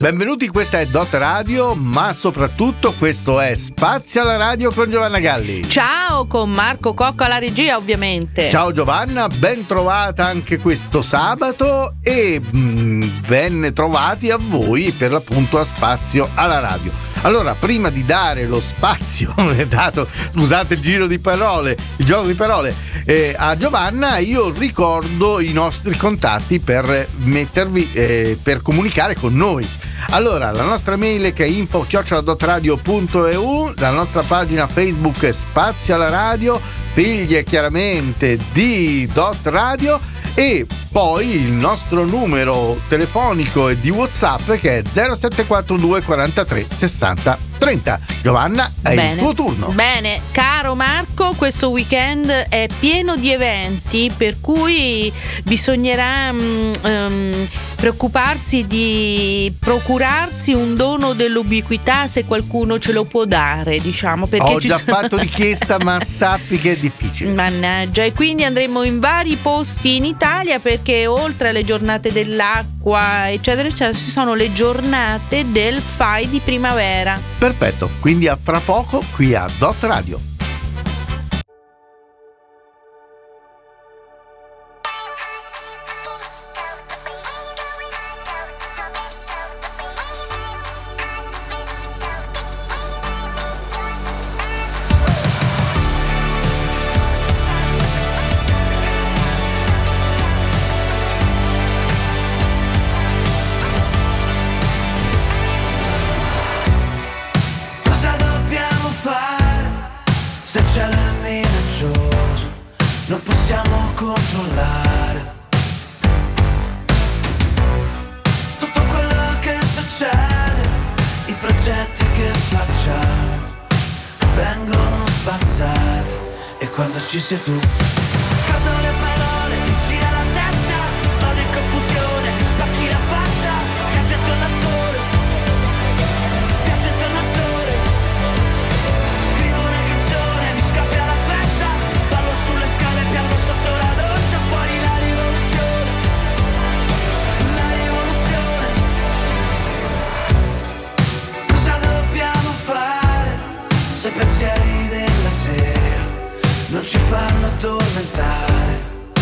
Benvenuti, questa è Dot Radio, ma soprattutto questo è Spazio alla Radio con Giovanna Galli. Ciao, con Marco Cocco alla regia ovviamente. Ciao Giovanna, ben trovata anche questo sabato e ben trovati a voi per l'appunto a Spazio alla Radio. Allora, prima di dare lo spazio, scusate il giro di parole, il gioco di parole, a Giovanna, io ricordo i nostri contatti per per comunicare con noi. Allora, la nostra mail che è info@dotradio.eu, la nostra pagina Facebook è Spazio alla Radio, figlie chiaramente di Dot Radio, e poi il nostro numero telefonico e di WhatsApp che è 0742 43 60 30. Giovanna, è il tuo turno. Bene, caro Marco, questo weekend è pieno di eventi, per cui bisognerà preoccuparsi di procurarsi un dono dell'ubiquità, se qualcuno ce lo può dare, diciamo, perché ho già fatto richiesta, ma sappi che è difficile. Mannaggia, e quindi andremo in vari posti in Italia, perché oltre alle giornate dell'acqua eccetera eccetera ci sono le giornate del FAI di primavera. Perfetto, quindi a fra poco qui a Dot Radio. Ci sei tu, scatto le parole, mi gira la testa, vado in confusione, mi spacchi la faccia, viaggio intorno al sole, viaggio intorno al sole, scrivo una canzone, mi scappia la festa, ballo sulle scale, piango sotto la doccia, fuori la rivoluzione, la rivoluzione. Cosa dobbiamo fare se pensieri della sera non ci fanno addormentare?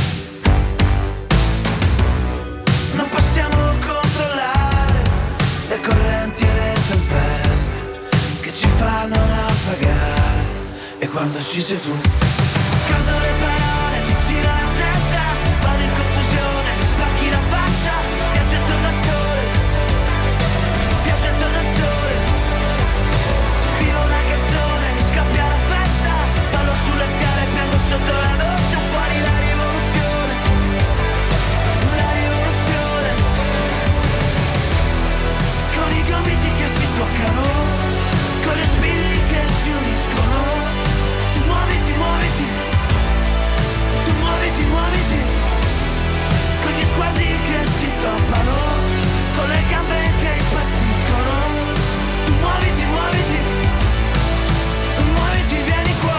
Non possiamo controllare le correnti e le tempeste che ci fanno naufragare. E quando ci sei tu, scaldo le parole, mi gira la testa, vado in confusione, mi spacchi la faccia, viaggio intorno al sole, viaggio intorno al sole, scrivo una canzone, mi scappia la festa, ballo sulle scale, piango sotto la doccia, fuori la rivoluzione, la rivoluzione. Con i gomiti che si toccano, con le spine che si uniscono, tu muoviti, muoviti, tu muoviti, muoviti, con gli sguardi che si toppano, con le gambe che impazziscono, tu muoviti, muoviti, muoviti, vieni qua.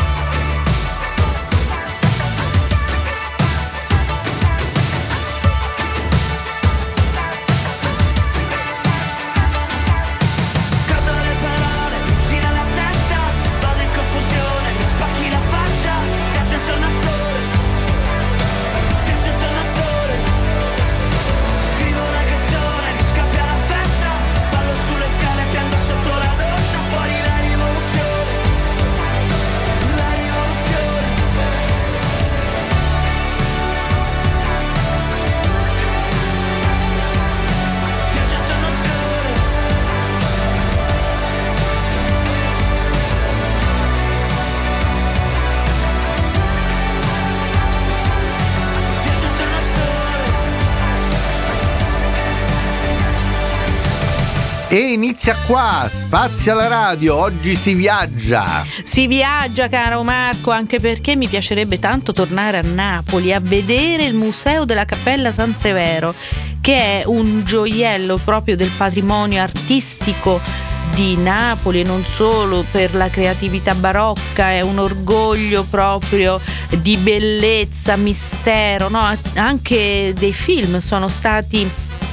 E inizia qua Spazio alla Radio, oggi si viaggia. Si viaggia, caro Marco, anche perché mi piacerebbe tanto tornare a Napoli a vedere il Museo della Cappella San Severo, che è un gioiello proprio del patrimonio artistico di Napoli, e non solo per la creatività barocca, è un orgoglio proprio di bellezza, mistero, no? Anche dei film sono stati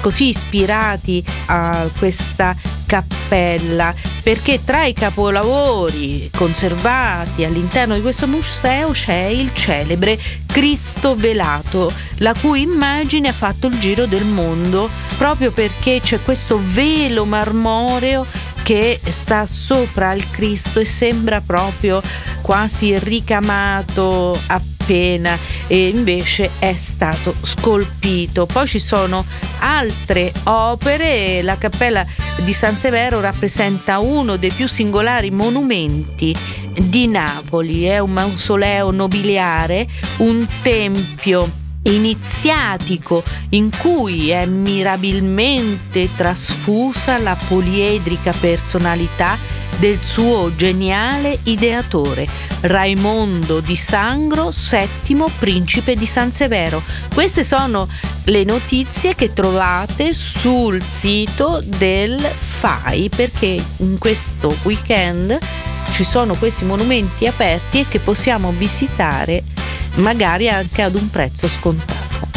così ispirati a questa cappella, perché tra i capolavori conservati all'interno di questo museo c'è il celebre Cristo velato, la cui immagine ha fatto il giro del mondo proprio perché c'è questo velo marmoreo che sta sopra il Cristo e sembra proprio quasi ricamato appena, e invece è stato scolpito. Poi ci sono altre opere. La cappella di San Severo rappresenta uno dei più singolari monumenti di Napoli. È un mausoleo nobiliare, un tempio iniziatico in cui è mirabilmente trasfusa la poliedrica personalità del suo geniale ideatore, Raimondo di Sangro, settimo principe di San Severo. Queste sono le notizie che trovate sul sito del FAI, perché in questo weekend ci sono questi monumenti aperti e che possiamo visitare magari anche ad un prezzo scontato.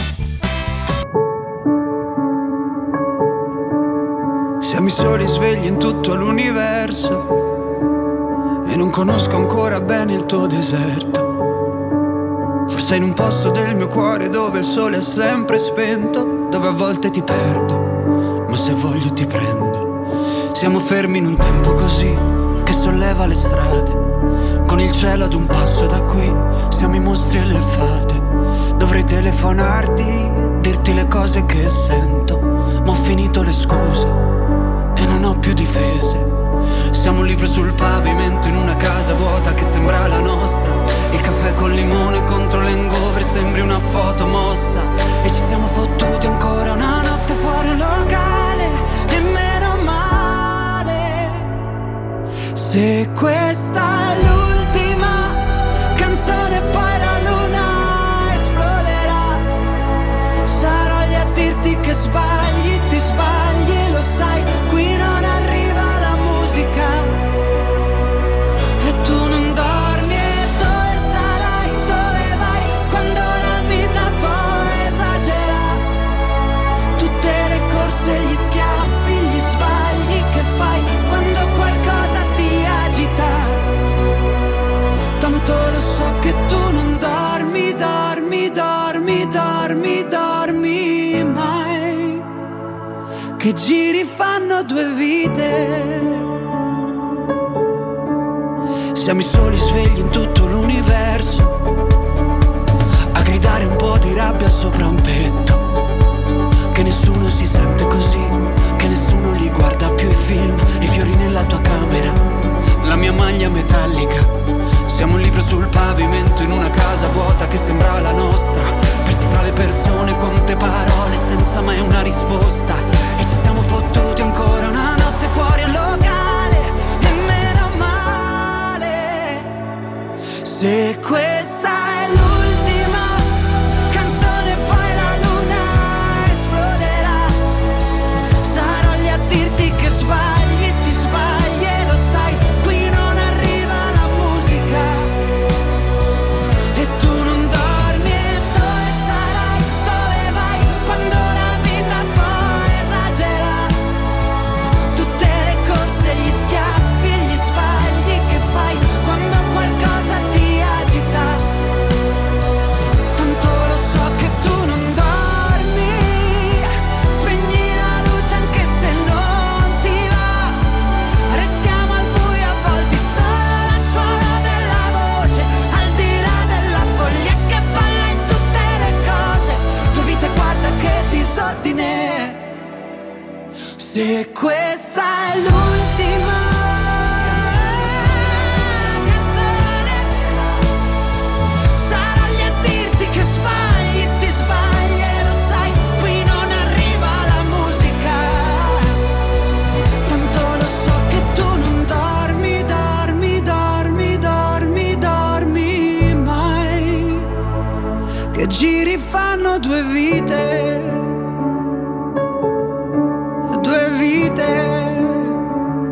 Siamo i soli svegli in tutto l'universo e non conosco ancora bene il tuo deserto. Forse in un posto del mio cuore dove il sole è sempre spento, dove a volte ti perdo, ma se voglio ti prendo. Siamo fermi in un tempo così che solleva le strade, con il cielo ad un passo da qui, siamo i mostri e le fate. Dovrei telefonarti, dirti le cose che sento, ma ho finito le scuse e non ho più difese. Siamo un libro sul pavimento in una casa vuota che sembra la nostra. Il caffè col limone contro l'hangover sembri una foto mossa. E ci siamo fottuti ancora una notte fuori un locale, e meno male. Se questa è l'ultima canzone poi la luna esploderà, sarò lì a dirti che sbagli, ti sbagli, lo sai, qui non arriva la musica e tu non dormi. E dove sarai, dove vai, quando la vita poi esagera, tutte le corse, gli schiaffi, gli sbagli che fai quando qualcosa ti agita. Tanto lo so che tu non dormi, dormi, dormi, dormi, dormi mai, che giri fanno due vite. Siamo i soli svegli in tutto l'universo, a gridare un po' di rabbia sopra un tetto, che nessuno si sente così, che nessuno li guarda più i film, i fiori nella tua camera, la mia maglia metallica. Siamo un libro sul pavimento in una casa vuota che sembra la nostra, persi tra le persone, quante parole senza mai una risposta. E ci siamo fottuti ancora una notte fuori al locale, e meno male. Se questa è l'ultima canzone poi la luna esploderà, sarò lì a dirti che sbagli, ti sbagli e lo sai, qui non arriva la musica e tu non dormi. E dove sarai, dove vai, quando la vita poi esagera, tutte le corse, gli schiaffi e gli sbagli che fai quando qualcosa ti agita. Tanto lo so che tu non dormi, spegni la luce anche se non ti va, restiamo al buio a volte solo al suono della voce, al di là della foglia che balla in tutte le cose. Tua vita guarda che disordine, se questa è l'ultima canzone, sarò lì a dirti che sbagli, ti sbagli e lo sai, qui non arriva la musica. Tanto lo so che tu non dormi, dormi, dormi, dormi, dormi mai, che giri fanno due vite, due vite.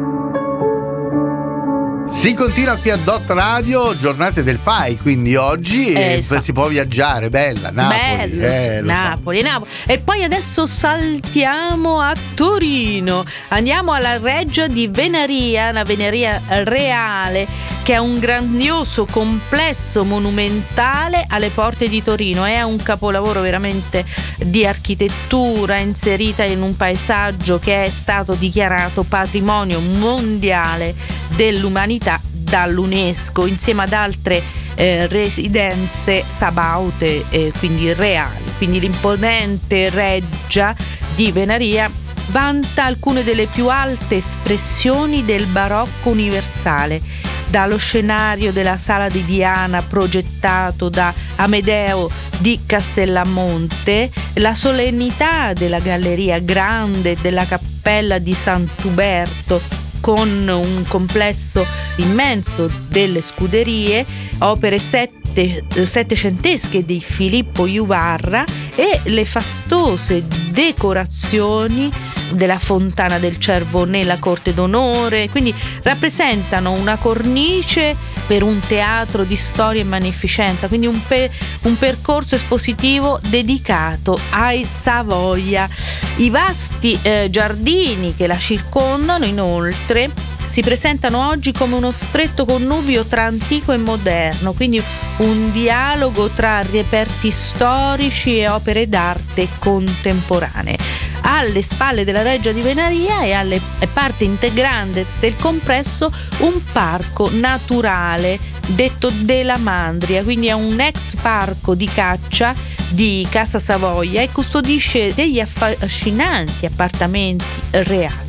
Si continua qui a Dot Radio, giornate del FAI, quindi oggi si può viaggiare, bella, Napoli. Napoli. E poi adesso saltiamo a Torino, andiamo alla reggia di Venaria, una Venaria reale, che è un grandioso complesso monumentale alle porte di Torino. È un capolavoro veramente di architettura inserita in un paesaggio che è stato dichiarato patrimonio mondiale dell'umanità dall'UNESCO, insieme ad altre residenze sabaute, quindi reali. Quindi l'imponente reggia di Venaria vanta alcune delle più alte espressioni del barocco universale, dallo scenario della Sala di Diana progettato da Amedeo di Castellamonte, la solennità della Galleria Grande della Cappella di Sant'Uberto, con un complesso immenso delle scuderie, opere settecentesche di Filippo Juvarra e le fastose decorazioni della Fontana del Cervo nella Corte d'Onore. Quindi rappresentano una cornice per un teatro di storia e magnificenza, quindi un percorso espositivo dedicato ai Savoia. I vasti giardini che la circondano, inoltre, si presentano oggi come uno stretto connubio tra antico e moderno, quindi un dialogo tra reperti storici e opere d'arte contemporanee. Alle spalle della reggia di Venaria e alle parte integrante del complesso un parco naturale detto della Mandria, quindi è un ex parco di caccia di Casa Savoia e custodisce degli affascinanti appartamenti reali.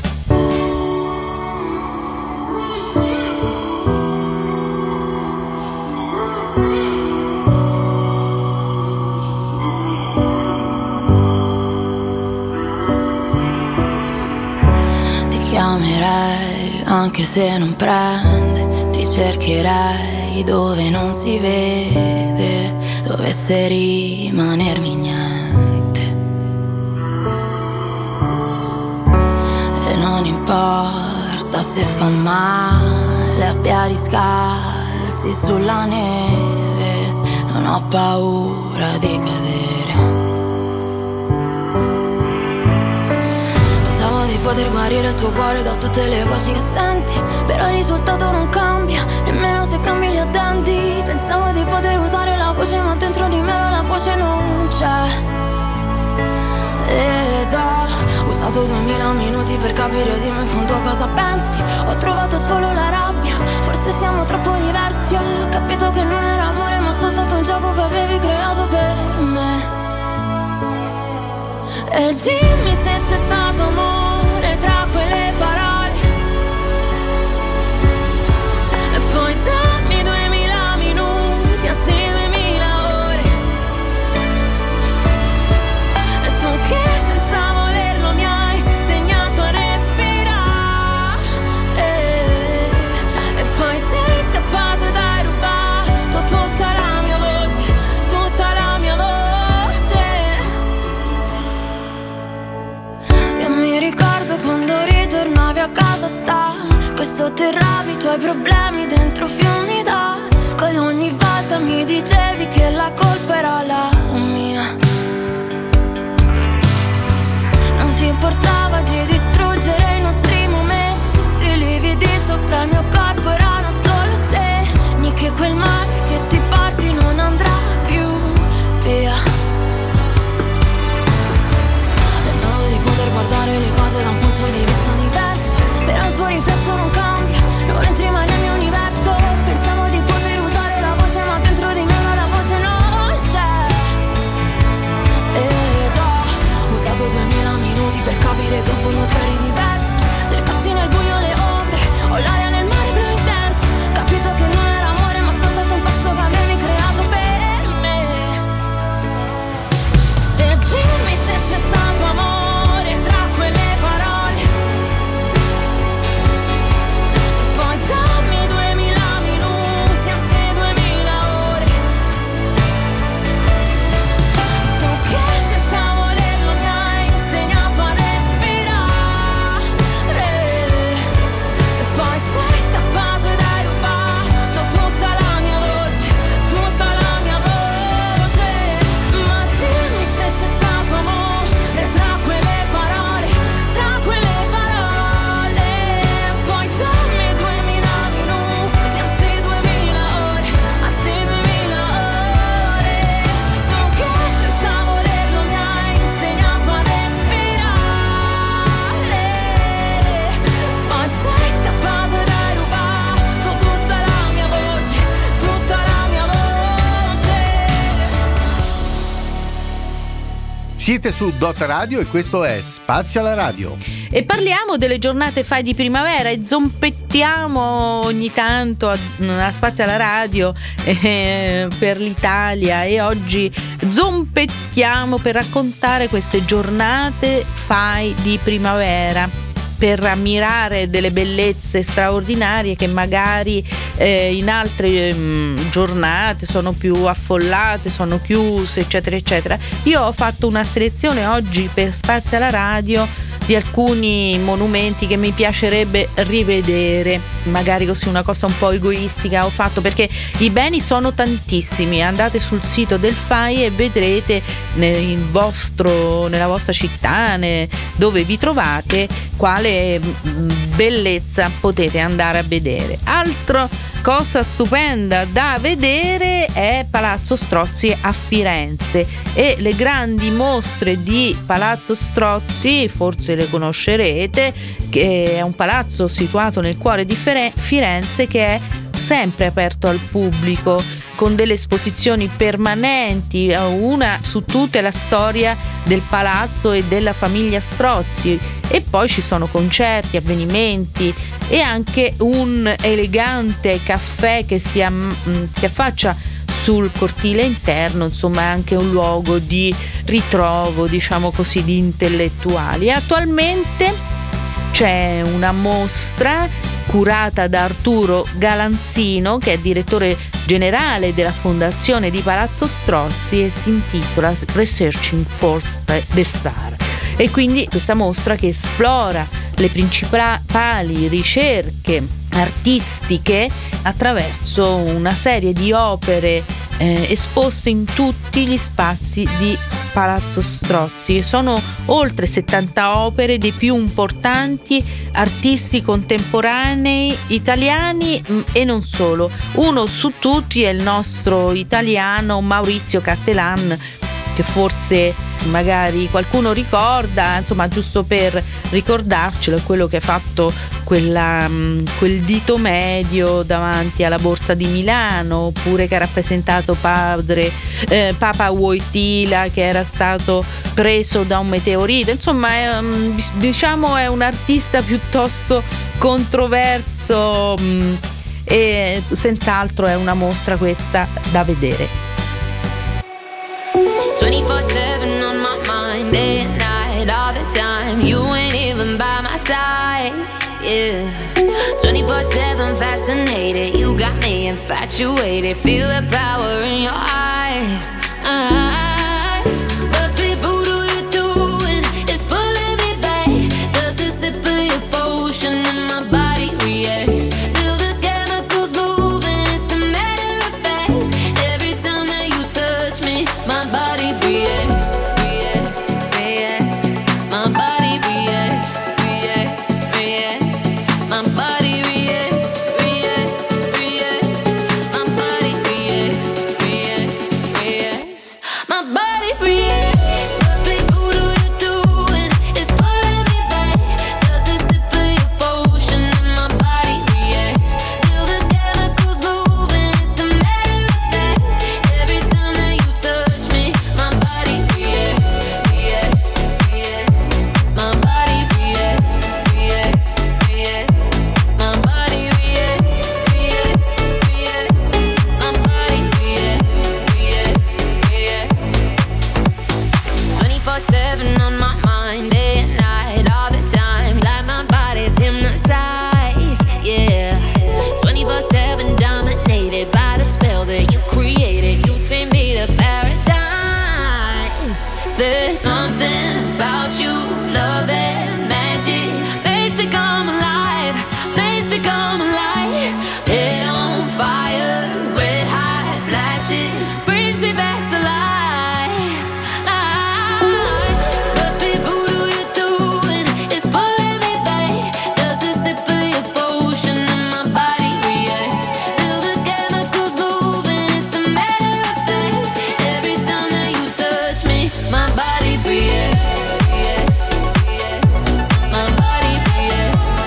Chiamerei anche se non prende, ti cercherei dove non si vede, dovesse rimanermi niente. E non importa se fa male a piedi scalzi sulla neve, non ho paura di cadere. Poter guarire il tuo cuore da tutte le voci che senti, però il risultato non cambia, nemmeno se cambi gli addenti. Pensavo di poter usare la voce, ma dentro di me la voce non c'è. Ed ho usato 2000 minuti per capire di me in fondo cosa pensi. Ho trovato solo la rabbia, forse siamo troppo diversi. Ho capito che non era amore, ma soltanto un gioco che avevi creato per me. E dimmi se c'è stato amore tra quelle parole, e poi dammi 2000 minuti, anzi 2000 ore. E tu che senza volerlo mi hai insegnato a respirare, e poi sei scappato ed hai rubato tutta la mia voce, tutta la mia voce. Io mi ricordo quando ritornavi a casa stanco e sotterravi i tuoi problemi dentro fiumi d'acqua, e ogni volta mi dicevi che la colpa era la mia. Non ti importava di distruggere i nostri momenti, i lividi sopra il mio corpo erano solo segni che quel mare che ti porti non andrà più via. Poter guardare le cose da un punto di vista diverso, però il tuo riflesso non cambia, non entri mai nel mio universo. Pensavo di poter usare la voce, ma dentro di me la voce non c'è. Ed ho usato 2000 minuti per capire che in fondo tu eri diverso. Cercassi nel buio le ombre, o l'aria nel mare blu intenso. Capito che non era amore, ma soltanto un passo che avevi creato per me. E dimmi se c'è stato amore quelle parole, e poi dammi 2000 minuti, anzi 2000 ore. Tu che senza volerlo mi hai insegnato a respirare, Siete su Dot Radio e questo è Spazio alla Radio. E parliamo delle giornate fai di primavera e zompettiamo ogni tanto a Spazio alla Radio per l'Italia, e oggi zompettiamo per raccontare queste giornate fai di primavera, per ammirare delle bellezze straordinarie che magari in altre giornate sono più affollate, sono chiuse, eccetera eccetera. Io ho fatto una selezione oggi per Spazio alla Radio di alcuni monumenti che mi piacerebbe rivedere, magari così, una cosa un po' egoistica ho fatto, perché i beni sono tantissimi. Andate sul sito del FAI e vedrete nella vostra città, dove vi trovate, quale bellezza potete andare a vedere. Altra cosa stupenda da vedere è Palazzo Strozzi a Firenze, e le grandi mostre di Palazzo Strozzi forse le conoscerete, che è un palazzo situato nel cuore di Firenze, che è sempre aperto al pubblico, con delle esposizioni permanenti. Una su tutte è la storia del palazzo e della famiglia Strozzi, e poi ci sono concerti, avvenimenti e anche un elegante caffè che si affaccia sul cortile interno. Insomma, è anche un luogo di ritrovo, diciamo così, di intellettuali. Attualmente c'è una mostra curata da Arturo Galanzino, che è direttore generale della fondazione di Palazzo Strozzi, e si intitola Researching for the Star. E quindi questa mostra che esplora le principali ricerche artistiche attraverso una serie di opere esposte in tutti gli spazi di Palazzo Strozzi. Sono oltre 70 opere dei più importanti artisti contemporanei italiani e non solo. Uno su tutti è il nostro italiano Maurizio Cattelan, che forse magari qualcuno ricorda, insomma, giusto per ricordarcelo, è quello che ha fatto quel dito medio davanti alla Borsa di Milano, oppure che ha rappresentato Papa Wojtyla, che era stato preso da un meteorite. Insomma, è un artista piuttosto controverso, e senz'altro è una mostra questa da vedere. 24/7 on my mind, day and night, all the time. You ain't even by my side, yeah. 24/7 fascinated, you got me infatuated. Feel the power in your eyes. Must be voodoo you're doing, it's pulling me back. Just a sip of your potion and my body reacts. Feel the chemicals moving, it's a matter of fact. Every time that you touch me, my body reacts. My body reacts. My body reacts. My body reacts. My body reacts. Must be voodoo you're doing, it's pulling me back. Just a sip of your potion and my body reacts. Feel the chemicals moving, it's a matter of fact. Every time that you touch me, my body reacts. My body reacts. My body reacts. My body reacts. 24/7 on my mind, day and night, all the time. Like my body's hypnotized, yeah. 24/7 dominated by the spell that you created. You take me to paradise. There's something about you, love and magic. Makes me come alive, makes me come alive. Head on fire, red hot flashes, brings me back to life. Must be voodoo you're doing, it's pulling me back. Just a sip of your potion and my body reacts. Feel the chemicals moving, it's a matter of fact. Every time that you touch me, my body reacts. My body reacts.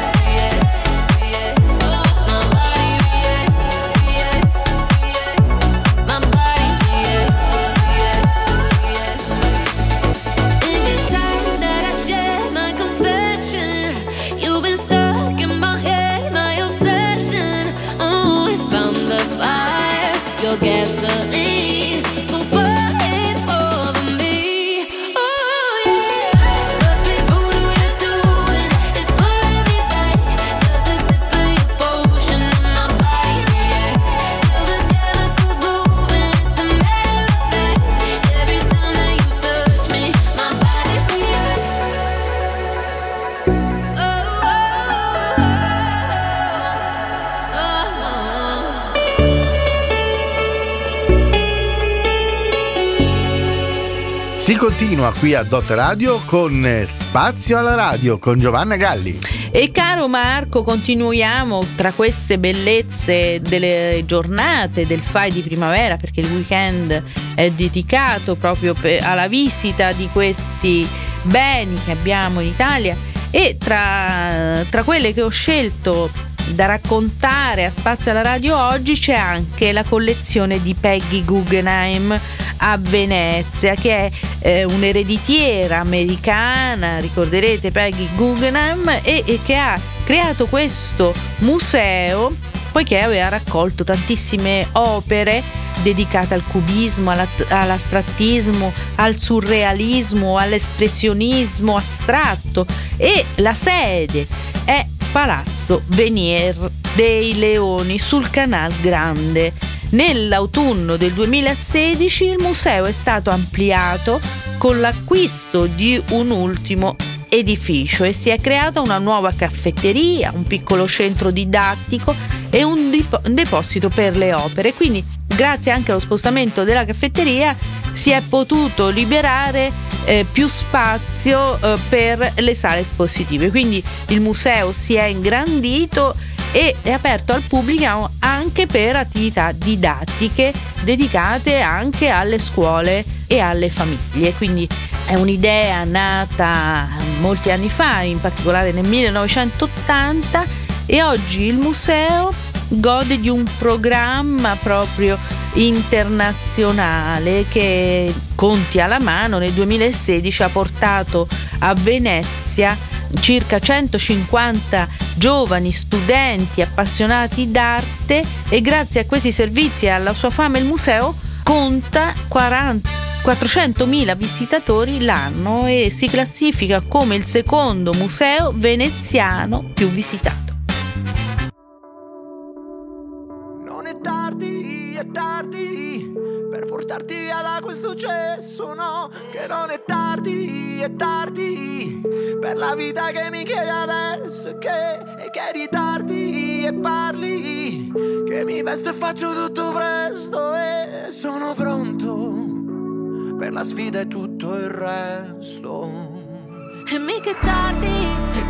Si continua qui a Dot Radio con Spazio alla Radio con Giovanna Galli. E caro Marco, continuiamo tra queste bellezze delle giornate del FAI di primavera, perché il weekend è dedicato proprio alla visita di questi beni che abbiamo in Italia, e tra quelle che ho scelto da raccontare a Spazio alla Radio oggi c'è anche la collezione di Peggy Guggenheim a Venezia, che è un'ereditiera americana, ricorderete Peggy Guggenheim, e che ha creato questo museo poiché aveva raccolto tantissime opere dedicate al cubismo, all'astrattismo, al surrealismo, all'espressionismo astratto, e la sede è Palazzo Venier dei Leoni sul Canal Grande. Nell'autunno del 2016 il museo è stato ampliato con l'acquisto di un ultimo edificio e si è creata una nuova caffetteria, un piccolo centro didattico e un deposito per le opere. Quindi, grazie anche allo spostamento della caffetteria, si è potuto liberare più spazio per le sale espositive. Quindi il museo si è ingrandito e è aperto al pubblico anche per attività didattiche dedicate anche alle scuole e alle famiglie. Quindi è un'idea nata molti anni fa, in particolare nel 1980, e oggi il museo gode di un programma proprio internazionale che, conti alla mano, nel 2016 ha portato a Venezia circa 150 giovani studenti appassionati d'arte, e grazie a questi servizi e alla sua fama il museo conta 400.000 visitatori l'anno e si classifica come il secondo museo veneziano più visitato. Non è tardi per portarti via da questo cesso, no, che non è tardi per la vita che mi chiedi adesso, che ritardi e parli, che mi vesto e faccio tutto presto e sono pronto per la sfida e tutto il resto. E mica è tardi,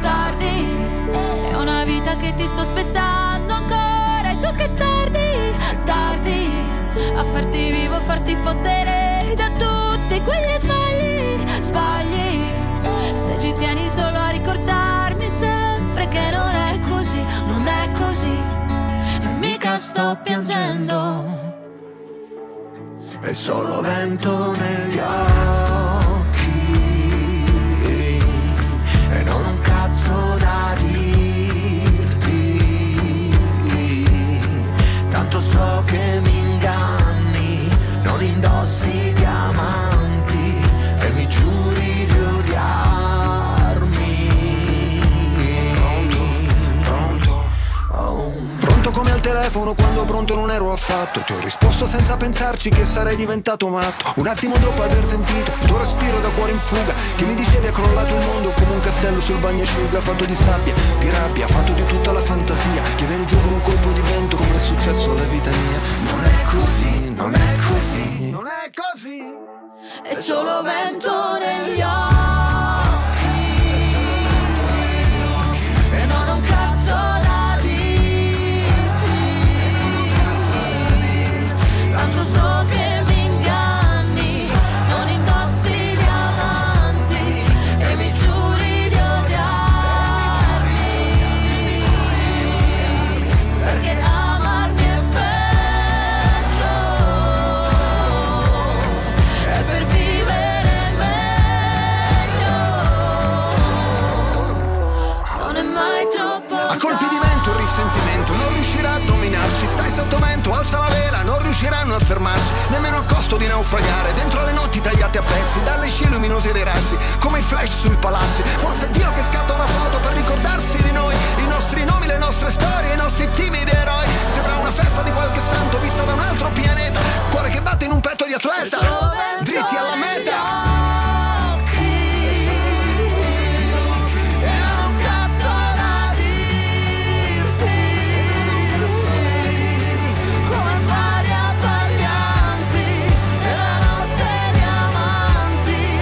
è una vita che ti sto aspettando ancora, e tu che tardi a farti vivo, farti fottere da tutti quegli sbagli, se ci tieni solo a ricordarmi sempre che non è così, e mica sto piangendo, è solo vento negli occhi e non un cazzo da dirti, tanto so che mi inganni, non indossi diamanti e mi giuri di odiarmi. Pronto come al telefono quando pronto non ero affatto. Ti ho risposto senza pensarci che sarei diventato matto. Un attimo dopo aver sentito il tuo respiro da cuore in fuga, che mi dicevi è crollato il mondo come un castello sul bagnasciuga, fatto di sabbia, di rabbia, fatto di tutta la fantasia, che viene giù con un colpo di vento come è successo alla vita mia. Non è così, non è così, Non è così, è solo vento negli occhi e non un cazzo da dirti, tanto so che mi inganni, non indossi diamanti e mi giuri di odiarmi, perché amarmi è peggio, è per vivere meglio, non è mai troppo a colpi di vento il risentimento non riuscirà a dominarci. Stai sotto vento, alza la vela, non riusciranno a fermarci, nemmeno a costo di naufragare dentro le notti tagliate a pezzi dalle scie luminose dei razzi, come i flash sui palazzi. Forse è Dio che scatta una foto per ricordarsi di noi, i nostri nomi, le nostre storie, i nostri timidi eroi. Sembra una festa di qualche santo vista da un altro pianeta, cuore che batte in un petto di atleta, dritti alla meta. come fari abbaglianti nella notte diamanti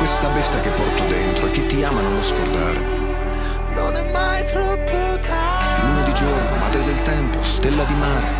questa bestia che porto dentro e che ti ama non lo scordare. Non è mai troppo tardi. Luna di giorno, madre del tempo, stella di mare.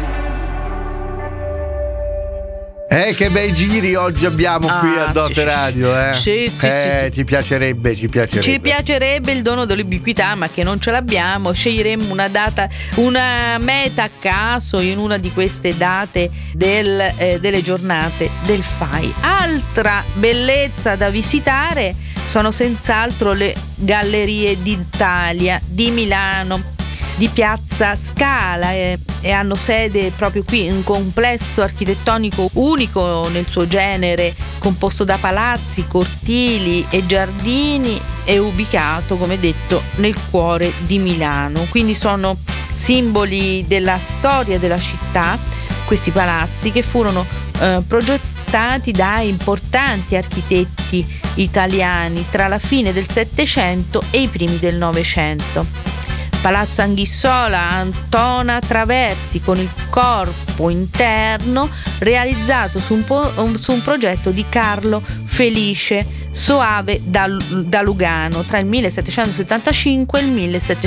Che bei giri oggi abbiamo qui a Dot Radio, Sì. Ci piacerebbe. Ci piacerebbe il dono dell'ubiquità, ma che non ce l'abbiamo. Sceglieremo una data, una meta a caso in una di queste date delle giornate del FAI. Altra bellezza da visitare sono senz'altro le Gallerie d'Italia di Milano, di Piazza Scala, e hanno sede proprio qui, un complesso architettonico unico nel suo genere, composto da palazzi, cortili e giardini, e ubicato, come detto, nel cuore di Milano. Quindi sono simboli della storia della città questi palazzi, che furono progettati da importanti architetti italiani tra la fine del Settecento e i primi del Novecento. Palazzo Anghissola Antona Traversi, con il corpo interno realizzato su un progetto di Carlo Felice Soave da Lugano tra il 1775 e il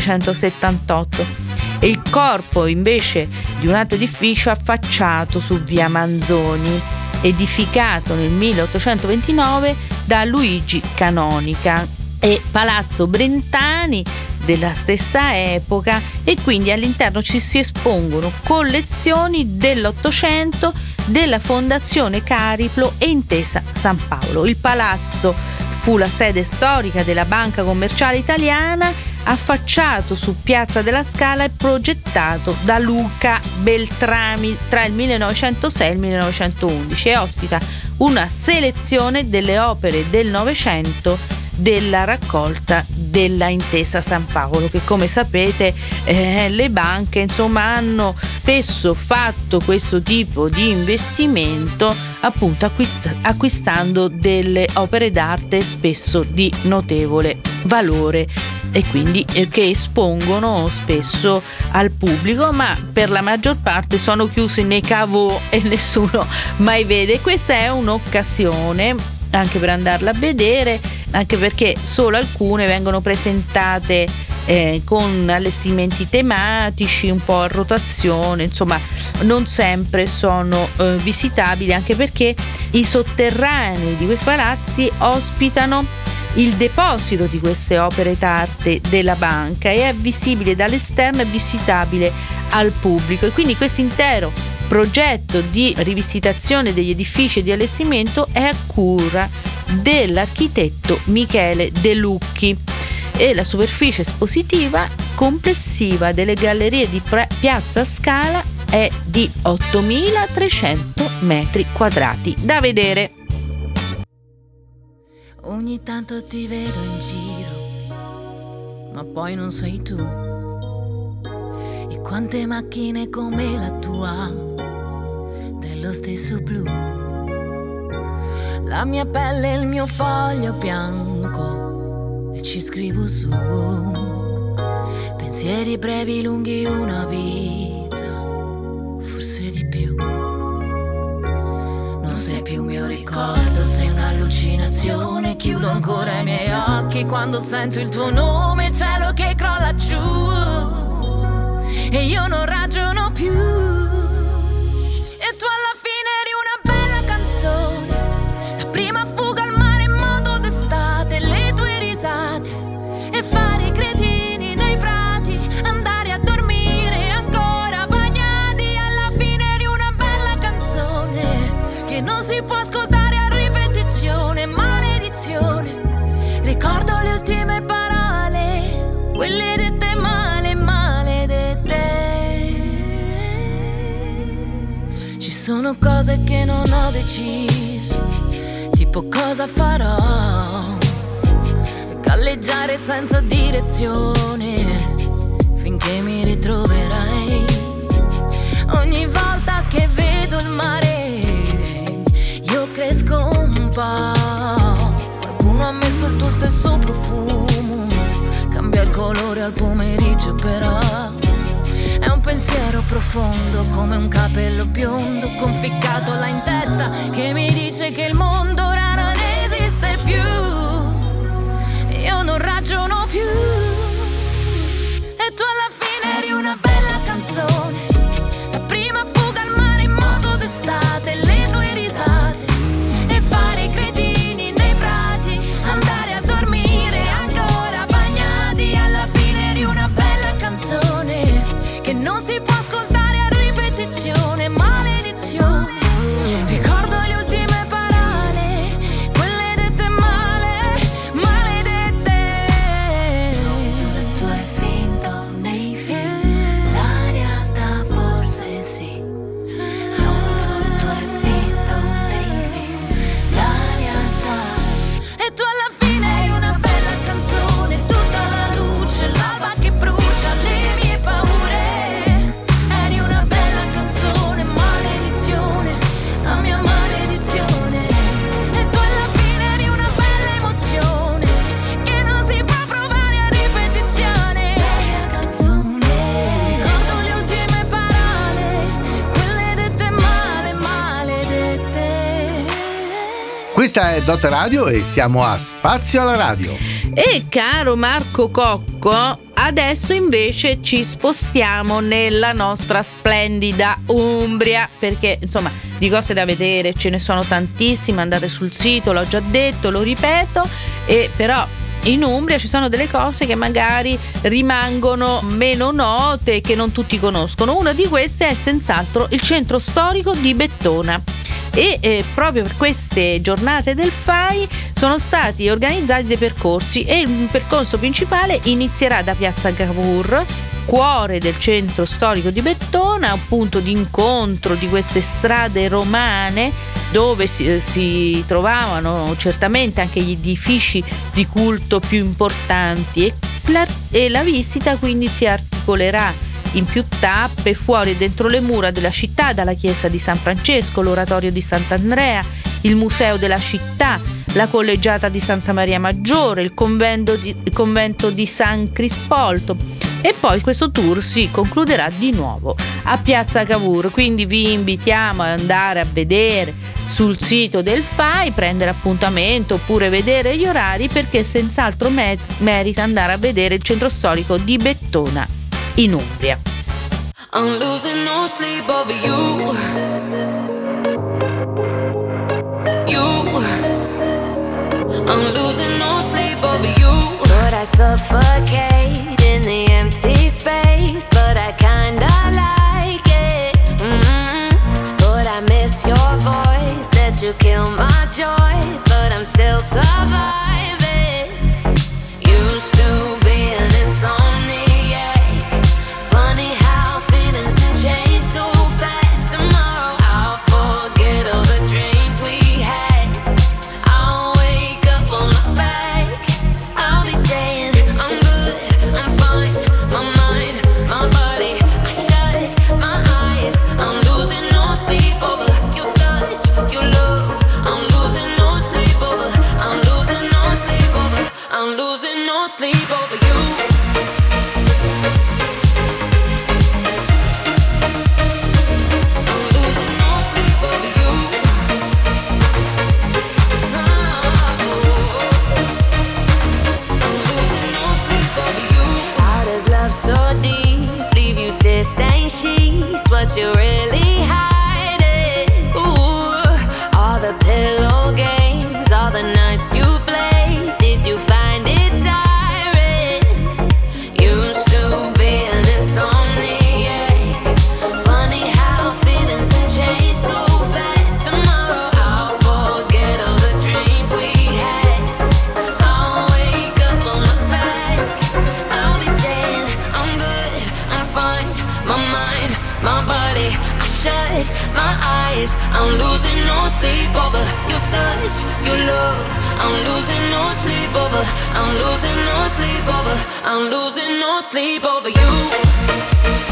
1778, e il corpo invece di un altro edificio affacciato su via Manzoni, edificato nel 1829 da Luigi Canonica, e Palazzo Brentani della stessa epoca, e quindi all'interno ci si espongono collezioni dell'Ottocento della Fondazione Cariplo e Intesa San Paolo. Il palazzo fu la sede storica della Banca Commerciale Italiana, affacciato su Piazza della Scala e progettato da Luca Beltrami tra il 1906 e il 1911, e ospita una selezione delle opere del Novecento della raccolta della Intesa San Paolo, che come sapete le banche hanno spesso fatto questo tipo di investimento, appunto acquistando delle opere d'arte spesso di notevole valore, e quindi che espongono spesso al pubblico, ma per la maggior parte sono chiusi nei caveau e nessuno mai vede. Questa è un'occasione anche per andarla a vedere, anche perché solo alcune vengono presentate con allestimenti tematici un po' a rotazione, insomma non sempre sono visitabili, anche perché i sotterranei di questi palazzi ospitano il deposito di queste opere d'arte della banca, e è visibile dall'esterno e visitabile al pubblico, e quindi questo intero progetto di rivisitazione degli edifici e di allestimento è a cura dell'architetto Michele De Lucchi, e la superficie espositiva complessiva delle gallerie di Piazza Scala è di 8.300 metri quadrati da vedere. Ogni tanto ti vedo in giro, ma poi non sei tu. E quante macchine come la tua, dello stesso blu. La mia pelle è il mio foglio bianco, e ci scrivo su. Pensieri brevi, lunghi, una vita, forse di più. Non sei più mio ricordo, sei un'allucinazione. Chiudo ancora i miei occhi quando sento il tuo nome, cielo che crolla giù, e io non ragiono più. E tu alla fine eri una bella canzone, la prima fuga al mare in modo d'estate, le tue risate e fare i cretini nei prati, andare a dormire ancora bagnati. Alla fine eri una bella canzone che non si può ascoltare a ripetizione, maledizione. Ricordo le ultime parole, quelle dette male, maledette. Ci sono cose che non ho deciso, tipo cosa farò. Galleggiare senza direzione finché mi ritroverai. Ogni volta che vedo il mare io cresco un po'. Qualcuno ha messo il tuo stesso profumo, cambia il colore al pomeriggio, però è un pensiero profondo come un capello biondo conficcato là in testa, che mi dice che il mondo ora non esiste più. Questa è Dot Radio e siamo a Spazio alla Radio. E caro Marco Cocco, adesso invece ci spostiamo nella nostra splendida Umbria, perché insomma di cose da vedere ce ne sono tantissime, andate sul sito, l'ho già detto, lo ripeto, e però in Umbria ci sono delle cose che magari rimangono meno note, che non tutti conoscono. Una di queste è senz'altro il centro storico di Bettona. E proprio per queste giornate del FAI sono stati organizzati dei percorsi, e il percorso principale inizierà da Piazza Cavour, cuore del centro storico di Bettona, un punto di incontro di queste strade romane dove si trovavano certamente anche gli edifici di culto più importanti, e la visita quindi si articolerà in più tappe fuori e dentro le mura della città, dalla chiesa di San Francesco, l'oratorio di Sant'Andrea, il museo della città, la collegiata di Santa Maria Maggiore, il convento di San Crispolto, e poi questo tour si concluderà di nuovo a Piazza Cavour. Quindi vi invitiamo ad andare a vedere sul sito del FAI, prendere appuntamento oppure vedere gli orari, perché senz'altro merita andare a vedere il centro storico di Bettona in Umbria. I'm losing no sleep over you. I'm losing no sleep over you. Thought I suffocate in the empty space, but I kinda like it. Thought I miss your voice, that you kill my joy, but I'm still surviving. Used to be an insomniac. Funny how feelings can change so fast. Tomorrow I'll forget all the dreams we had. I'll wake up on my back. I'll be saying I'm good, I'm fine. My mind, my body, I shut my eyes. I'm losing no sleep over your touch, your love. I'm losing no sleep over. I'm losing no sleep over. I'm losing no sleep over you. So deep, leave you to stain sheets. What you really hiding? Ooh, all the pillow games, all the nights you played. Did you find it tiring? Used to be an insomniac. Funny how feelings can change so fast. Tomorrow I'll forget all the dreams we had. I'll wake up on my back. I'll be saying I'm good, I'm fine. My mind, my body, I shut my eyes. I'm losing no sleep over your touch, your love. I'm losing no sleep over. I'm losing no sleep over. I'm losing no sleep over you.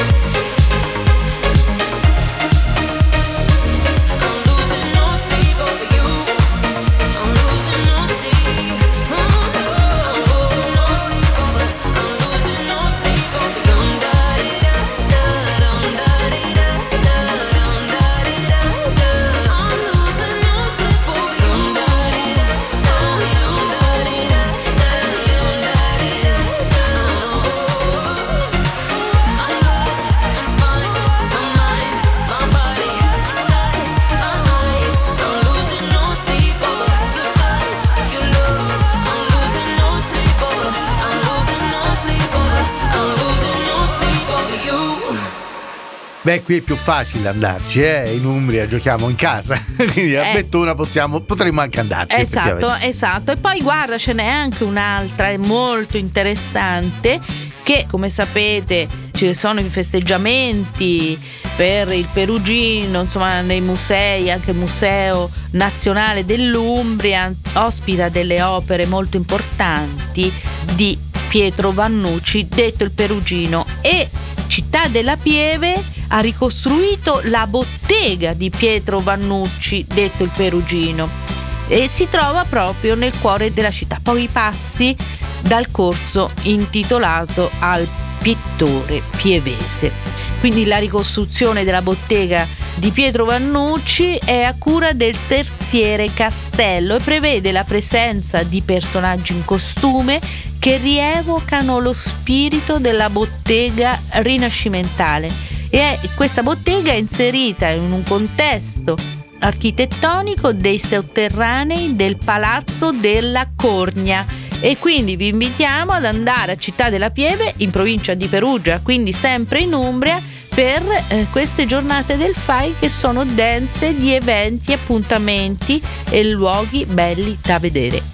Beh, qui è più facile andarci, in Umbria giochiamo in casa, quindi a Bettona potremmo anche andarci. Esatto. E poi guarda, ce n'è anche un'altra molto interessante, che come sapete ci sono i festeggiamenti per il Perugino, insomma nei musei, anche il Museo Nazionale dell'Umbria ospita delle opere molto importanti di Pietro Vannucci, detto il Perugino, e Città della Pieve ha ricostruito la bottega di Pietro Vannucci, detto il Perugino, e si trova proprio nel cuore della città, pochi passi dal corso intitolato al pittore pievese. Quindi la ricostruzione della bottega di Pietro Vannucci è a cura del Terziere Castello e prevede la presenza di personaggi in costume che rievocano lo spirito della bottega rinascimentale. E questa bottega è inserita in un contesto architettonico dei sotterranei del Palazzo della Corgna. E quindi vi invitiamo ad andare a Città della Pieve, in provincia di Perugia, quindi sempre in Umbria, per queste giornate del FAI che sono dense di eventi, appuntamenti e luoghi belli da vedere.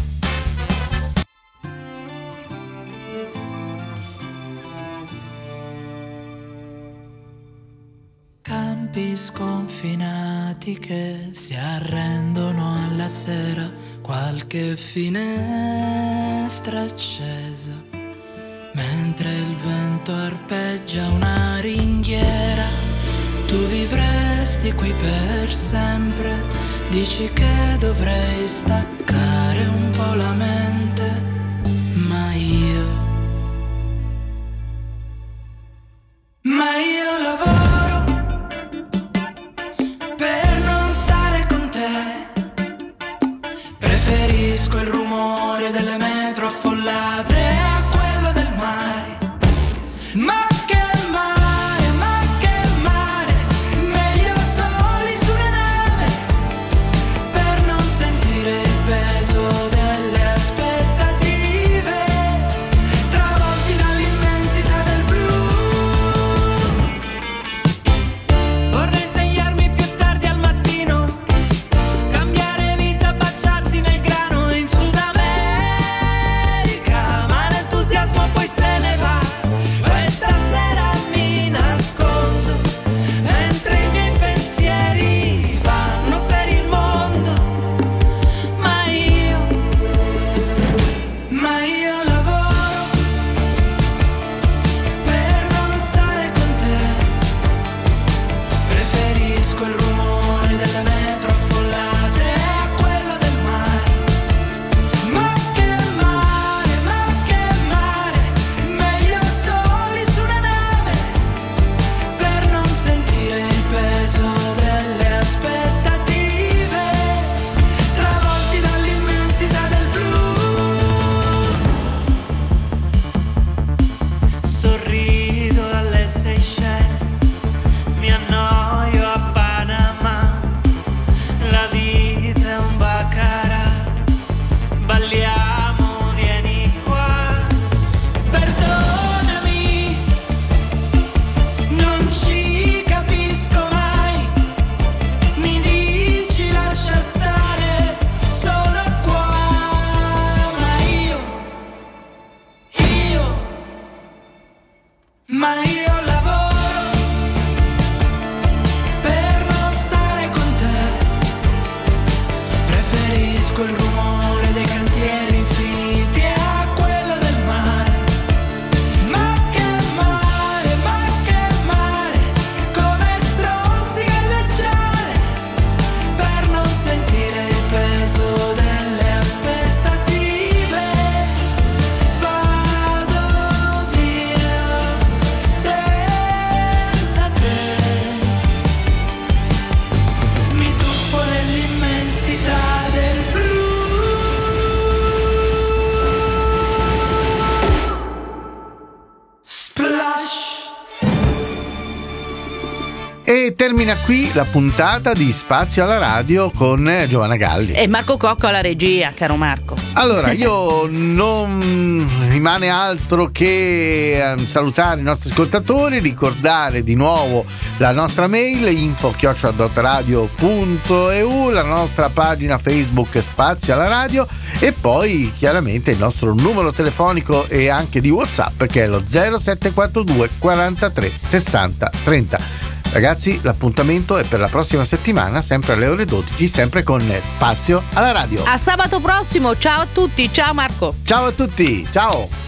Campi sconfinati che si arrendono alla sera, qualche finestra accesa, mentre il vento arpeggia una ringhiera. Tu vivresti qui per sempre, dici che dovrei staccare un po' la mente, ma io lavoro per non stare con te. Preferisco il rumore delle metro affollate a quello del mare. Ma che mare, meglio soli su una nave, per non sentire il peso delle aspettative, travolti dall'immensità del blu. Vorrei svegliarmi più tardi al mattino, cambiare vita, baciarti nel grano in Sud America, ma l'entusiasmo poi se ne va. Questa sera mi nascondo, mentre i miei pensieri vanno per il mondo, ma io lavoro per non stare con te. Preferisco il rumore delle metro affollate a quello del mare. Ma che mare, meglio soli su una nave, per non sentire il peso delle aspettative, travolti dall'immensità del blu. Sorrido alle Seychelles, mi annoio a Panama, la vita è un baccarat, balliamo, vieni qua. Perdonami, non ci capisco mai, mi dici lascia stare, sono qua, ma io lavoro per non stare con te. Preferisco il rumore dei cantieri infiniti a quello del mare. Ma che mare, come stronzi galleggiare, per non sentire il peso delle aspettative. Vado via senza te, mi tuffo nell'immensità del blu. Splash. E termina qui la puntata di Spazio alla Radio con Giovanna Galli. E Marco Cocco alla regia, caro Marco. Allora, io non rimane altro che salutare i nostri ascoltatori, ricordare di nuovo la nostra mail info@radio.eu, la nostra pagina Facebook Spazio alla Radio e poi chiaramente il nostro numero telefonico e anche di WhatsApp che è lo 0742 43 60 30. Ragazzi, l'appuntamento è per la prossima settimana, sempre alle ore 12, sempre con Spazio alla Radio. A sabato prossimo, ciao a tutti, ciao Marco. Ciao a tutti, ciao.